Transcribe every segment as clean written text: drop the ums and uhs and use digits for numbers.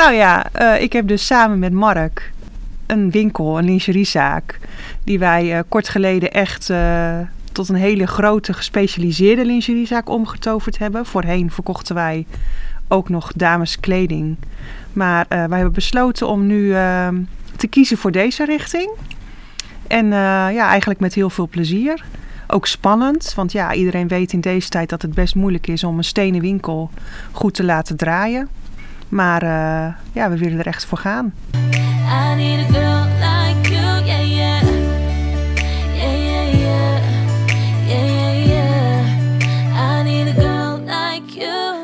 Nou ja, ik heb dus samen met Mark een winkel, een lingeriezaak, die wij kort geleden echt tot een hele grote gespecialiseerde lingeriezaak omgetoverd hebben. Voorheen verkochten wij ook nog dameskleding. Maar wij hebben besloten om nu te kiezen voor deze richting. En eigenlijk met heel veel plezier. Ook spannend, want ja, iedereen weet in deze tijd dat het best moeilijk is om een stenen winkel goed te laten draaien. Maar we willen er echt voor gaan. I need a girl like you, yeah, yeah. Yeah, yeah, yeah. Yeah, yeah, yeah. I need a girl like you.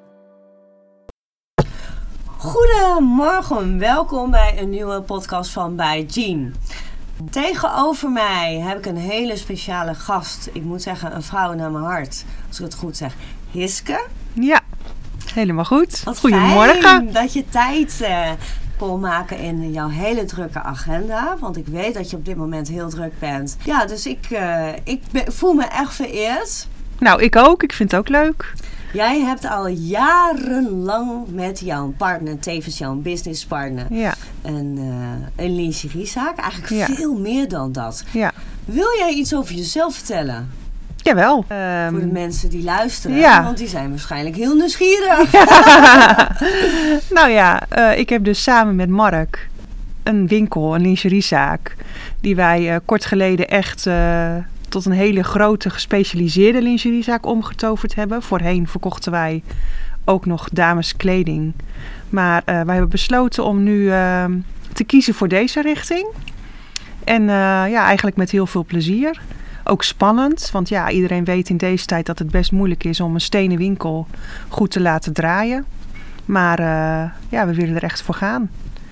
Goedemorgen, welkom bij een nieuwe podcast van bij Jean. Tegenover mij heb ik een hele speciale gast. Ik moet zeggen, een vrouw naar mijn hart. Als ik het goed zeg. Hiske. Ja, helemaal goed. Wat Goedemorgen. Fijn dat je tijd kon maken in jouw hele drukke agenda. Want ik weet dat je op dit moment heel druk bent. Ja, dus ik voel me echt vereerd. Nou, ik ook. Ik vind het ook leuk. Jij hebt al jarenlang met jouw partner, tevens jouw businesspartner, een lingeriezaak. Eigenlijk veel meer dan dat. Ja. Wil jij iets over jezelf vertellen? Jawel. Voor de mensen die luisteren, want die zijn waarschijnlijk heel nieuwsgierig. Ja. Nou ja, ik heb dus samen met Mark een winkel, een lingeriezaak, die wij kort geleden echt tot een hele grote gespecialiseerde lingeriezaak omgetoverd hebben. Voorheen verkochten wij ook nog dameskleding. Maar wij hebben besloten om nu te kiezen voor deze richting. En eigenlijk met heel veel plezier. Ook spannend, want ja, iedereen weet in deze tijd dat het best moeilijk is om een stenen winkel goed te laten draaien. Maar we willen er echt voor gaan.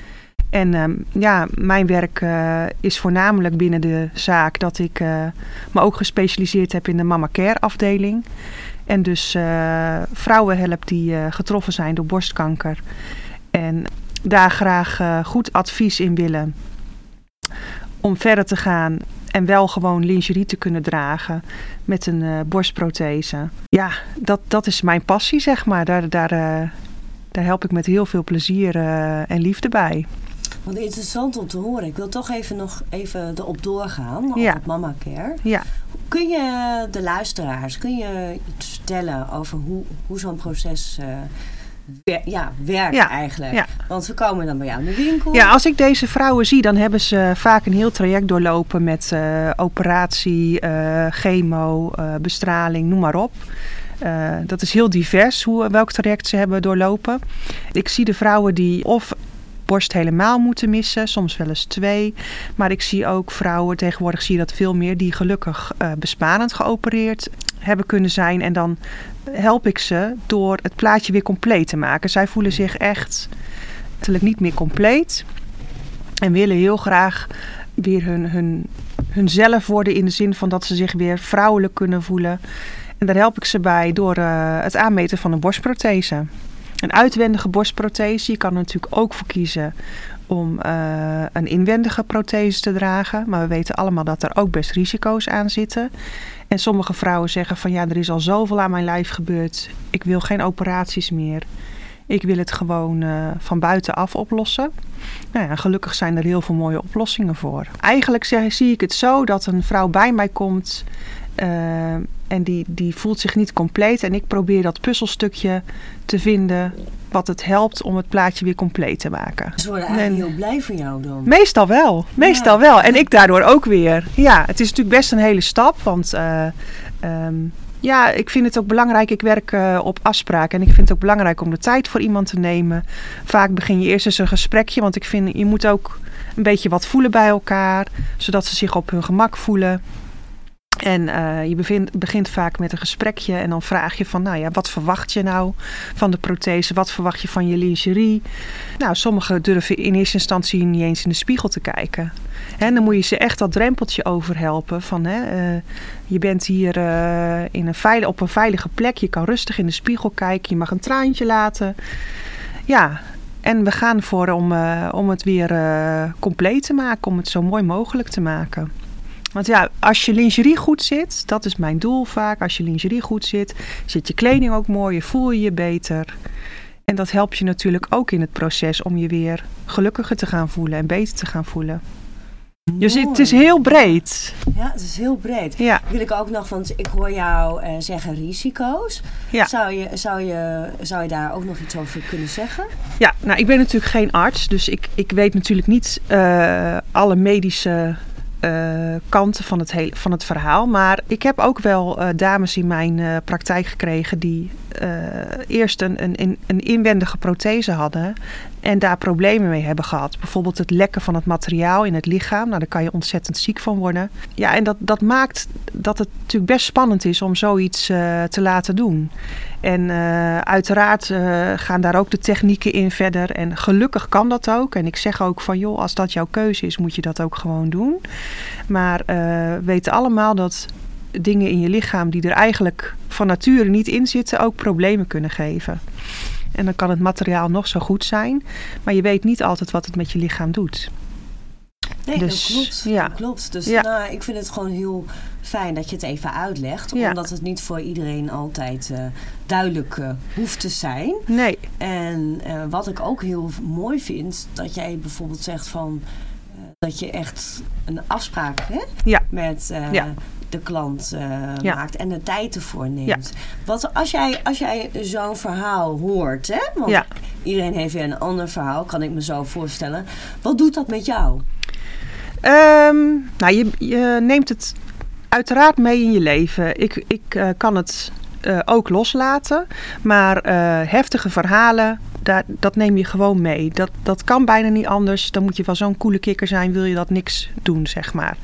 En mijn werk is voornamelijk binnen de zaak dat ik me ook gespecialiseerd heb in de Mama Care afdeling. En dus vrouwen help die getroffen zijn door borstkanker. En daar graag goed advies in willen om verder te gaan en wel gewoon lingerie te kunnen dragen met een borstprothese. Ja, dat is mijn passie, zeg maar. Daar help ik met heel veel plezier en liefde bij. Wat interessant om te horen. Ik wil toch nog even erop doorgaan. Op Mama Care. Ja. Kun je de luisteraars, iets vertellen over hoe zo'n proces werkt eigenlijk? Ja. Want we komen dan bij jou in de winkel. Ja, als ik deze vrouwen zie, dan hebben ze vaak een heel traject doorlopen met operatie, chemo, bestraling, noem maar op. Dat is heel divers welk traject ze hebben doorlopen. Ik zie de vrouwen die of borst helemaal moeten missen, soms wel eens 2. Maar ik zie ook vrouwen, tegenwoordig zie je dat veel meer, die gelukkig bespanend geopereerd hebben kunnen zijn. En dan help ik ze door het plaatje weer compleet te maken. Zij voelen zich echt niet meer compleet en willen heel graag weer hunzelf worden in de zin van dat ze zich weer vrouwelijk kunnen voelen. En daar help ik ze bij door het aanmeten van een borstprothese. Een uitwendige borstprothese. Je kan er natuurlijk ook voor kiezen om een inwendige prothese te dragen. Maar we weten allemaal dat er ook best risico's aan zitten. En sommige vrouwen zeggen van er is al zoveel aan mijn lijf gebeurd. Ik wil geen operaties meer. Ik wil het gewoon van buitenaf oplossen. Nou ja, gelukkig zijn er heel veel mooie oplossingen voor. Eigenlijk zie ik het zo dat een vrouw bij mij komt en die voelt zich niet compleet. En ik probeer dat puzzelstukje te vinden wat het helpt om het plaatje weer compleet te maken. Ze worden eigenlijk heel blij van jou dan? Meestal wel. En ik daardoor ook weer. Ja, het is natuurlijk best een hele stap, want ik vind het ook belangrijk. Ik werk op afspraken en ik vind het ook belangrijk om de tijd voor iemand te nemen. Vaak begin je eerst eens een gesprekje, want ik vind je moet ook een beetje wat voelen bij elkaar, zodat ze zich op hun gemak voelen. En je begint vaak met een gesprekje en dan vraag je van, wat verwacht je nou van de prothese? Wat verwacht je van je lingerie? Nou, sommigen durven in eerste instantie niet eens in de spiegel te kijken. En dan moet je ze echt dat drempeltje over helpen van, je bent hier op een veilige plek. Je kan rustig in de spiegel kijken. Je mag een traantje laten. Ja, en we gaan voor om het weer compleet te maken. Om het zo mooi mogelijk te maken. Want als je lingerie goed zit, dat is mijn doel vaak. Als je lingerie goed zit, zit je kleding ook mooi, je voel je beter. En dat helpt je natuurlijk ook in het proces om je weer gelukkiger te gaan voelen en beter te gaan voelen. Dus het is heel breed. Ja, het is heel breed. Ja. Wil ik ook nog, want ik hoor jou zeggen risico's. Ja. Zou je daar ook nog iets over kunnen zeggen? Ja, nou ik ben natuurlijk geen arts, dus ik weet natuurlijk niet alle medische kanten van het verhaal. Maar ik heb ook wel dames in mijn praktijk gekregen die eerst een inwendige prothese hadden en daar problemen mee hebben gehad. Bijvoorbeeld het lekken van het materiaal in het lichaam. Nou, daar kan je ontzettend ziek van worden. Ja, en dat maakt dat het natuurlijk best spannend is om zoiets te laten doen. En uiteraard gaan daar ook de technieken in verder. En gelukkig kan dat ook. En ik zeg ook van joh, als dat jouw keuze is, moet je dat ook gewoon doen. Maar we weten allemaal dat dingen in je lichaam die er eigenlijk van nature niet in zitten, ook problemen kunnen geven. En dan kan het materiaal nog zo goed zijn, maar je weet niet altijd wat het met je lichaam doet. Nee, dus, dat klopt. Ja. Dat klopt. Dus nou, ik vind het gewoon heel fijn dat je het even uitlegt. Ja. Omdat het niet voor iedereen altijd duidelijk hoeft te zijn. Nee. En wat ik ook heel mooi vind, dat jij bijvoorbeeld zegt van dat je echt een afspraak met de klant maakt en de tijd ervoor neemt. Ja. Wat als jij zo'n verhaal hoort, hè? Want iedereen heeft weer een ander verhaal, kan ik me zo voorstellen. Wat doet dat met jou? Nou, je neemt het uiteraard mee in je leven. Ik kan het ook loslaten, maar heftige verhalen, dat neem je gewoon mee. Dat kan bijna niet anders. Dan moet je wel zo'n coole kikker zijn, wil je dat niks doen, zeg maar.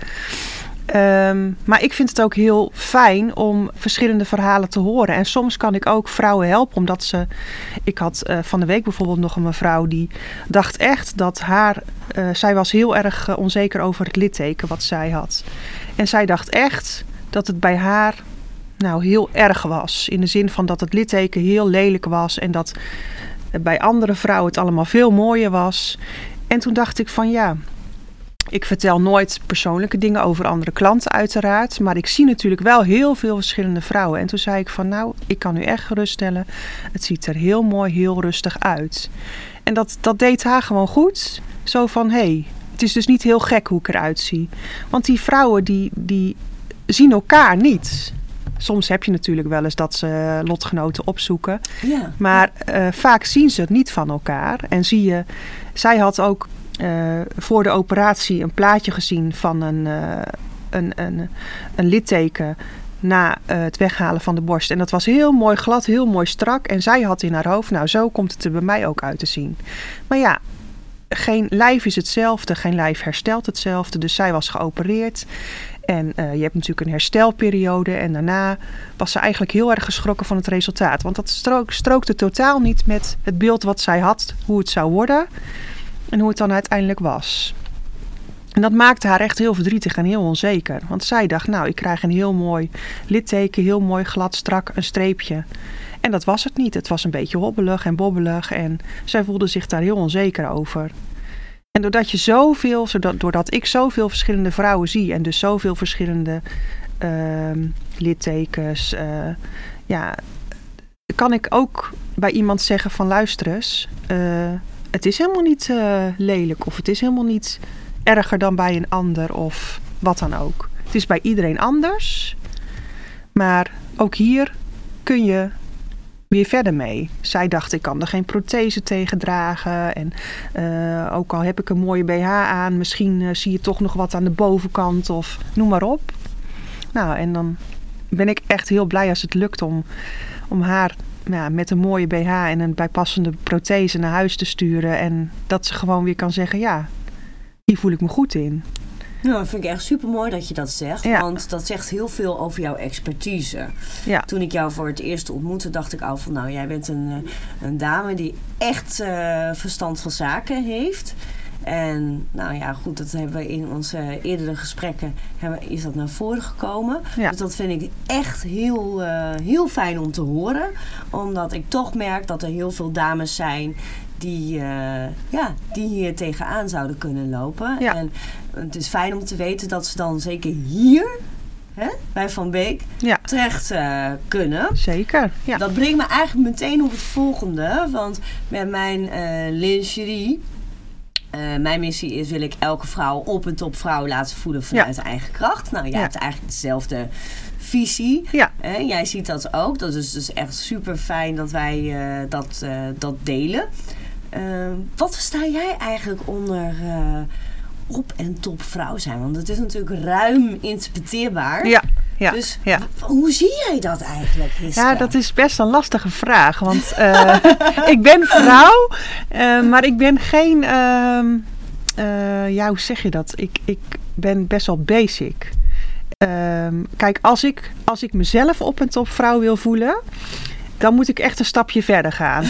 Maar ik vind het ook heel fijn om verschillende verhalen te horen. En soms kan ik ook vrouwen helpen, omdat ik had van de week bijvoorbeeld nog een mevrouw die dacht echt dat zij was heel erg onzeker over het litteken wat zij had. En zij dacht echt dat het bij haar nou heel erg was. In de zin van dat het litteken heel lelijk was en dat bij andere vrouwen het allemaal veel mooier was. En toen dacht ik van ja, ik vertel nooit persoonlijke dingen over andere klanten uiteraard. Maar ik zie natuurlijk wel heel veel verschillende vrouwen. En toen zei ik van nou, ik kan u echt geruststellen. Het ziet er heel mooi, heel rustig uit. En dat deed haar gewoon goed. Zo van hé, het is dus niet heel gek hoe ik eruit zie. Want die vrouwen die zien elkaar niet. Soms heb je natuurlijk wel eens dat ze lotgenoten opzoeken. Ja. Maar vaak zien ze het niet van elkaar. En zie je, zij had ook voor de operatie een plaatje gezien van een litteken na het weghalen van de borst. En dat was heel mooi glad, heel mooi strak. En zij had in haar hoofd, nou zo komt het er bij mij ook uit te zien. Maar ja, geen lijf is hetzelfde, geen lijf herstelt hetzelfde. Dus zij was geopereerd. En je hebt natuurlijk een herstelperiode. En daarna was ze eigenlijk heel erg geschrokken van het resultaat. Want dat strookte totaal niet met het beeld wat zij had, hoe het zou worden. En hoe het dan uiteindelijk was. En dat maakte haar echt heel verdrietig en heel onzeker. Want zij dacht, nou, ik krijg een heel mooi litteken, heel mooi glad, strak, een streepje. En dat was het niet. Het was een beetje hobbelig en bobbelig. En zij voelde zich daar heel onzeker over. En doordat ik zoveel verschillende vrouwen zie en dus zoveel verschillende littekens, kan ik ook bij iemand zeggen van luister eens, het is helemaal niet lelijk of het is helemaal niet erger dan bij een ander of wat dan ook. Het is bij iedereen anders, maar ook hier kun je weer verder mee. Zij dacht, ik kan er geen prothese tegen dragen. En ook al heb ik een mooie BH aan, misschien zie je toch nog wat aan de bovenkant of noem maar op. Nou, en dan ben ik echt heel blij als het lukt om haar met een mooie BH en een bijpassende prothese naar huis te sturen. En dat ze gewoon weer kan zeggen, ja, hier voel ik me goed in. Nou, dat vind ik echt super mooi dat je dat zegt. Ja. Want dat zegt heel veel over jouw expertise. Ja. Toen ik jou voor het eerst ontmoette, dacht ik al van nou, jij bent een dame die echt verstand van zaken heeft. En nou ja, goed, dat hebben we in onze eerdere gesprekken is dat naar voren gekomen. Ja. Dus dat vind ik echt heel fijn om te horen. Omdat ik toch merk dat er heel veel dames zijn die hier tegenaan zouden kunnen lopen. Ja. En het is fijn om te weten dat ze dan zeker hier bij Van Beek terecht kunnen. Zeker, ja. Dat brengt me eigenlijk meteen op het volgende. Want met mijn lingerie... mijn missie is, wil ik elke vrouw op en top vrouw laten voelen vanuit eigen kracht. Nou, jij hebt eigenlijk dezelfde visie. Ja. Jij ziet dat ook. Dat is dus echt super fijn dat wij dat delen. Wat versta jij eigenlijk onder op en top vrouw zijn? Want het is natuurlijk ruim interpreteerbaar. Ja. Ja, dus hoe zie jij dat eigenlijk, Hiske? Ja, dat is best een lastige vraag. Want ik ben vrouw, maar ik ben geen... hoe zeg je dat? Ik ben best wel basic. Kijk, als ik mezelf op en top vrouw wil voelen... dan moet ik echt een stapje verder gaan.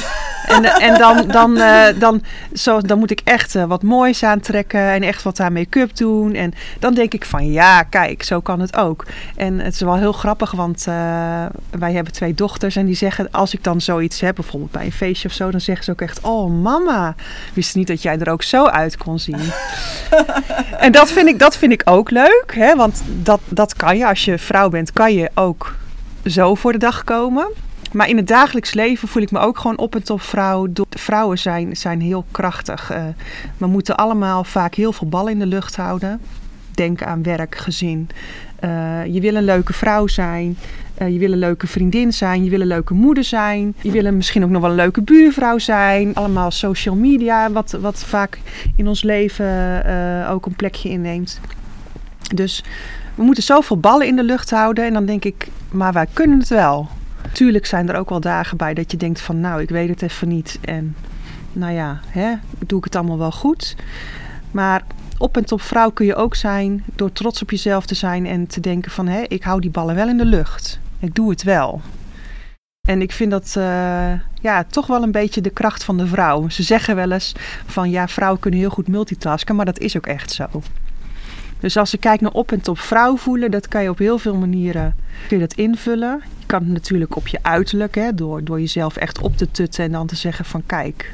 Dan moet ik echt wat moois aantrekken en echt wat aan make-up doen. En dan denk ik van ja, kijk, zo kan het ook. En het is wel heel grappig, want wij hebben 2 dochters en die zeggen, als ik dan zoiets heb, bijvoorbeeld bij een feestje of zo, dan zeggen ze ook echt, oh mama, wist niet dat jij er ook zo uit kon zien. En dat vind ik ook leuk, hè? Want dat kan je, als je vrouw bent, kan je ook zo voor de dag komen. Maar in het dagelijks leven voel ik me ook gewoon op en top vrouw. Vrouwen zijn heel krachtig. We moeten allemaal vaak heel veel ballen in de lucht houden. Denk aan werk, gezin. Je wil een leuke vrouw zijn. Je wil een leuke vriendin zijn. Je wil een leuke moeder zijn. Je wil misschien ook nog wel een leuke buurvrouw zijn. Allemaal social media, wat vaak in ons leven ook een plekje inneemt. Dus we moeten zoveel ballen in de lucht houden. En dan denk ik, maar wij kunnen het wel. Tuurlijk zijn er ook wel dagen bij dat je denkt van nou, ik weet het even niet. En nou ja, doe ik het allemaal wel goed. Maar op en top vrouw kun je ook zijn door trots op jezelf te zijn en te denken van ik hou die ballen wel in de lucht. Ik doe het wel. En ik vind dat toch wel een beetje de kracht van de vrouw. Ze zeggen wel eens van ja, vrouwen kunnen heel goed multitasken, maar dat is ook echt zo. Dus als ik kijk naar op en top vrouw voelen, dat kan je op heel veel manieren kun je dat invullen. Je kan het natuurlijk op je uiterlijk, door jezelf echt op te tutten en dan te zeggen van kijk,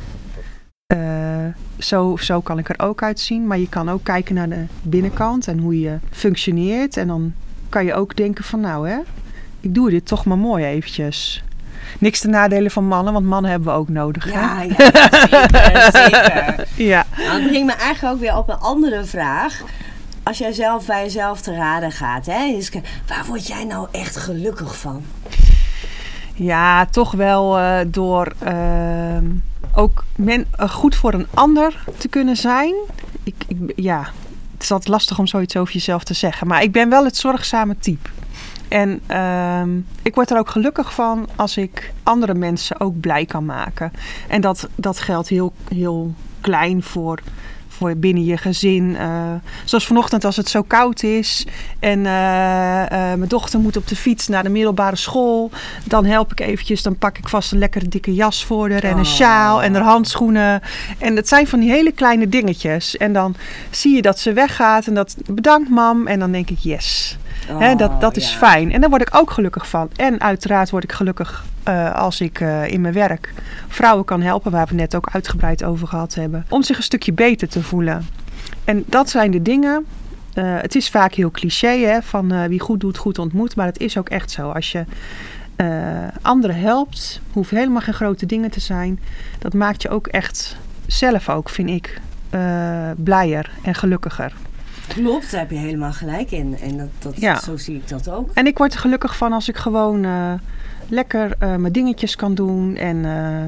zo kan ik er ook uitzien. Maar je kan ook kijken naar de binnenkant en hoe je functioneert. En dan kan je ook denken van nou ik doe dit toch maar mooi eventjes. Niks ten nadele van mannen, want mannen hebben we ook nodig. Ja, zeker. Ja. Nou, dat brengt me eigenlijk ook weer op een andere vraag. Als jij zelf bij jezelf te raden gaat, waar word jij nou echt gelukkig van? Ja, toch wel door ook goed voor een ander te kunnen zijn. Het is altijd lastig om zoiets over jezelf te zeggen. Maar ik ben wel het zorgzame type. En ik word er ook gelukkig van als ik andere mensen ook blij kan maken. En dat geldt heel, heel klein voor binnen je gezin. Zoals vanochtend als het zo koud is en mijn dochter moet op de fiets naar de middelbare school. Dan help ik eventjes, dan pak ik vast een lekkere dikke jas voor haar en een sjaal en haar handschoenen. En het zijn van die hele kleine dingetjes. En dan zie je dat ze weggaat en dat bedankt mam. En dan denk ik yes. Dat is fijn. En daar word ik ook gelukkig van. En uiteraard word ik gelukkig als ik in mijn werk vrouwen kan helpen, waar we het net ook uitgebreid over gehad hebben, om zich een stukje beter te voelen. En dat zijn de dingen. Het is vaak heel cliché, van wie goed doet, goed ontmoet. Maar het is ook echt zo. Als je anderen helpt, hoeft helemaal geen grote dingen te zijn. Dat maakt je ook echt zelf ook, vind ik, blijer en gelukkiger. Klopt, daar heb je helemaal gelijk in. En zo zie ik dat ook. En ik word er gelukkig van als ik gewoon lekker mijn dingetjes kan doen. En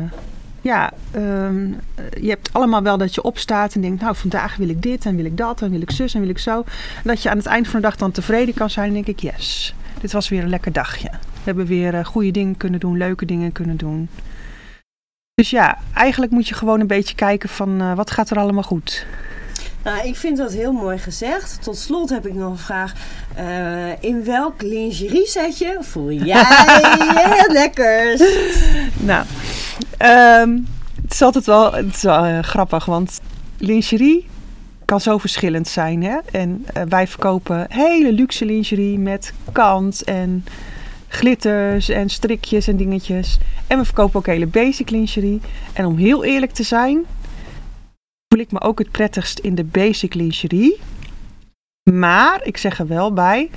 je hebt allemaal wel dat je opstaat en denkt, nou vandaag wil ik dit en wil ik dat en wil ik zus en wil ik zo. En dat je aan het eind van de dag dan tevreden kan zijn en denk ik, yes, dit was weer een lekker dagje. We hebben weer goede dingen kunnen doen, leuke dingen kunnen doen. Dus ja, eigenlijk moet je gewoon een beetje kijken van wat gaat er allemaal goed. Nou, ik vind dat heel mooi gezegd. Tot slot heb ik nog een vraag. In welk lingerie setje voel jij het lekkerst? Nou, het is altijd wel grappig, want lingerie kan zo verschillend zijn. Hè? En wij verkopen hele luxe lingerie met kant en glitters en strikjes en dingetjes. En we verkopen ook hele basic lingerie. En om heel eerlijk te zijn, voel ik me ook het prettigst in de basic lingerie. Maar ik zeg er wel bij,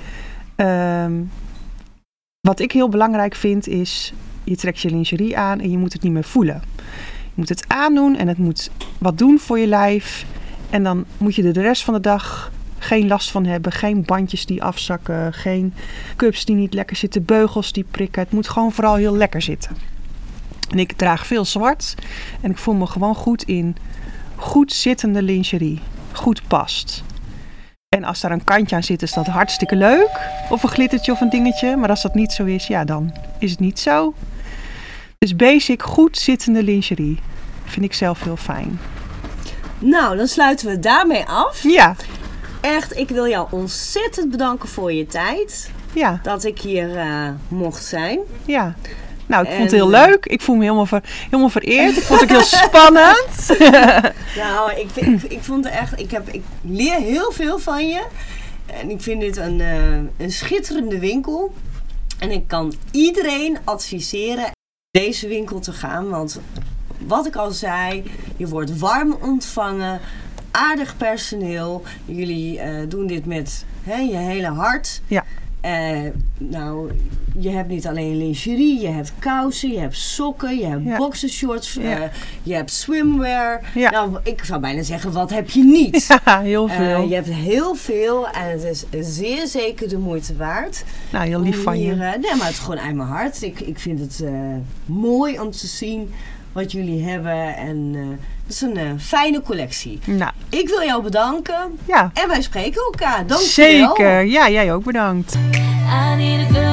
Wat ik heel belangrijk vind is, je trekt je lingerie aan en je moet het niet meer voelen. Je moet het aandoen en het moet wat doen voor je lijf. En dan moet je er de rest van de dag geen last van hebben. Geen bandjes die afzakken, geen cups die niet lekker zitten, beugels die prikken. Het moet gewoon vooral heel lekker zitten. En ik draag veel zwart en ik voel me gewoon goed in goed zittende lingerie. Goed past. En als daar een kantje aan zit, is dat hartstikke leuk. Of een glittertje of een dingetje. Maar als dat niet zo is, ja, dan is het niet zo. Dus basic, goed zittende lingerie. Vind ik zelf heel fijn. Nou, dan sluiten we daarmee af. Ja. Echt, ik wil jou ontzettend bedanken voor je tijd. Ja. Dat ik hier mocht zijn. Ja. Nou, ik vond het heel leuk. Ik voel me helemaal vereerd. Ik vond het ook heel spannend. Nou, ik vond het echt... Ik leer heel veel van je. En ik vind dit een schitterende winkel. En ik kan iedereen adviseren deze winkel te gaan. Want wat ik al zei, je wordt warm ontvangen. Aardig personeel. Jullie doen dit met je hele hart. Ja. Nou, je hebt niet alleen lingerie, je hebt kousen, je hebt sokken, je hebt boxershorts, je hebt swimwear. Ja. Nou, ik zou bijna zeggen, wat heb je niet? Ja, heel veel. Je hebt heel veel en het is zeer zeker de moeite waard. Nou, heel lief van je. Nee, maar het is gewoon uit mijn hart. Ik vind het mooi om te zien wat jullie hebben en het is een fijne collectie. Nou. Ik wil jou bedanken en wij spreken elkaar. Dank je wel. Zeker, ja, jij ook bedankt. I need a girl